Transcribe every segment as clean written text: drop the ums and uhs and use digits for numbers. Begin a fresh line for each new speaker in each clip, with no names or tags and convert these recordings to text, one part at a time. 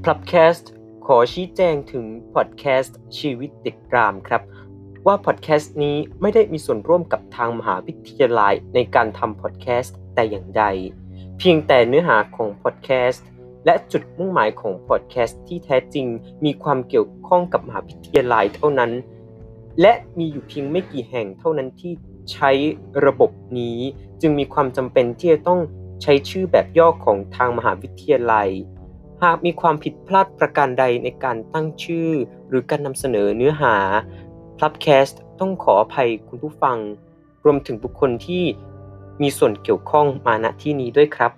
พลับแคสต์ขอชี้แจงถึงพอดแคสต์ชีวิตเด็กรามครับว่าพอดแคสต์นี้ไม่ได้มีส่วนร่วมกับทางมหาวิทยาลัยในการทำพอดแคสต์แต่อย่างใดเพียงแต่เนื้อหาของพอดแคสต์และจุดมุ่งหมายของพอดแคสต์ที่แท้จริงมีความเกี่ยวข้องกับมหาวิทยาลัยเท่านั้นและมีอยู่เพียงไม่กี่แห่งเท่านั้นที่ใช้ระบบนี้จึงมีความจำเป็นที่จะต้องใช้ชื่อแบบย่อของทางมหาวิทยาลัยหากมีความผิดพลาดประการใดในการตั้งชื่อหรือการนำเสนอเนื้อหาพลับแคสต์ต้องขออภัยคุณผู้ฟังรวมถึงบุคคลที่มีส่วนเกี่ยวข้องมาณที่นี้ด้วยครับ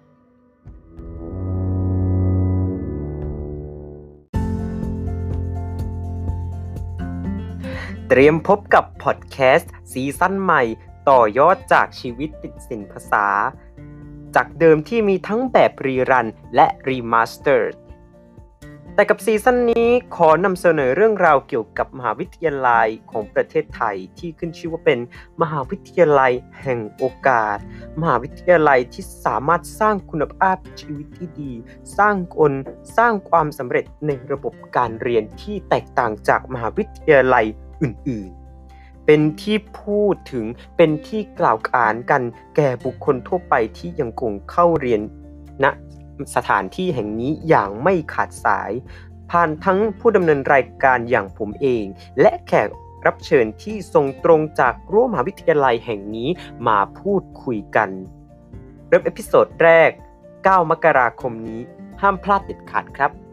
เตรียมพบกับพอดแคสต์ซีซั่นใหม่ต่อยอดจากชีวิตติดศิลป์ภาษาจากเดิมที่มีทั้งแบบรีรันและรีมาสเตอร์แต่กับซีซั่นนี้ขอนำเสนอเรื่องราวเกี่ยวกับมหาวิทยาลัยของประเทศไทยที่ขึ้นชื่อว่าเป็นมหาวิทยาลัยแห่งโอกาสมหาวิทยาลัยที่สามารถสร้างคุณภาพชีวิตที่ดีสร้างความสำเร็จในระบบการเรียนที่แตกต่างจากมหาวิทยาลัยอื่นๆเป็นที่พูดถึงเป็นที่กล่าวขานกันแก่บุคคลทั่วไปที่ยังคงเข้าเรียนณสถานที่แห่งนี้อย่างไม่ขาดสายผ่านทั้งผู้ดำเนินรายการอย่างผมเองและแขกรับเชิญที่ส่งตรงจากรั้วมหาวิทยาลัยแห่งนี้มาพูดคุยกันเริ่มเอพิโซดแรก9 มกราคมนี้ห้ามพลาดเด็ดขาดครับ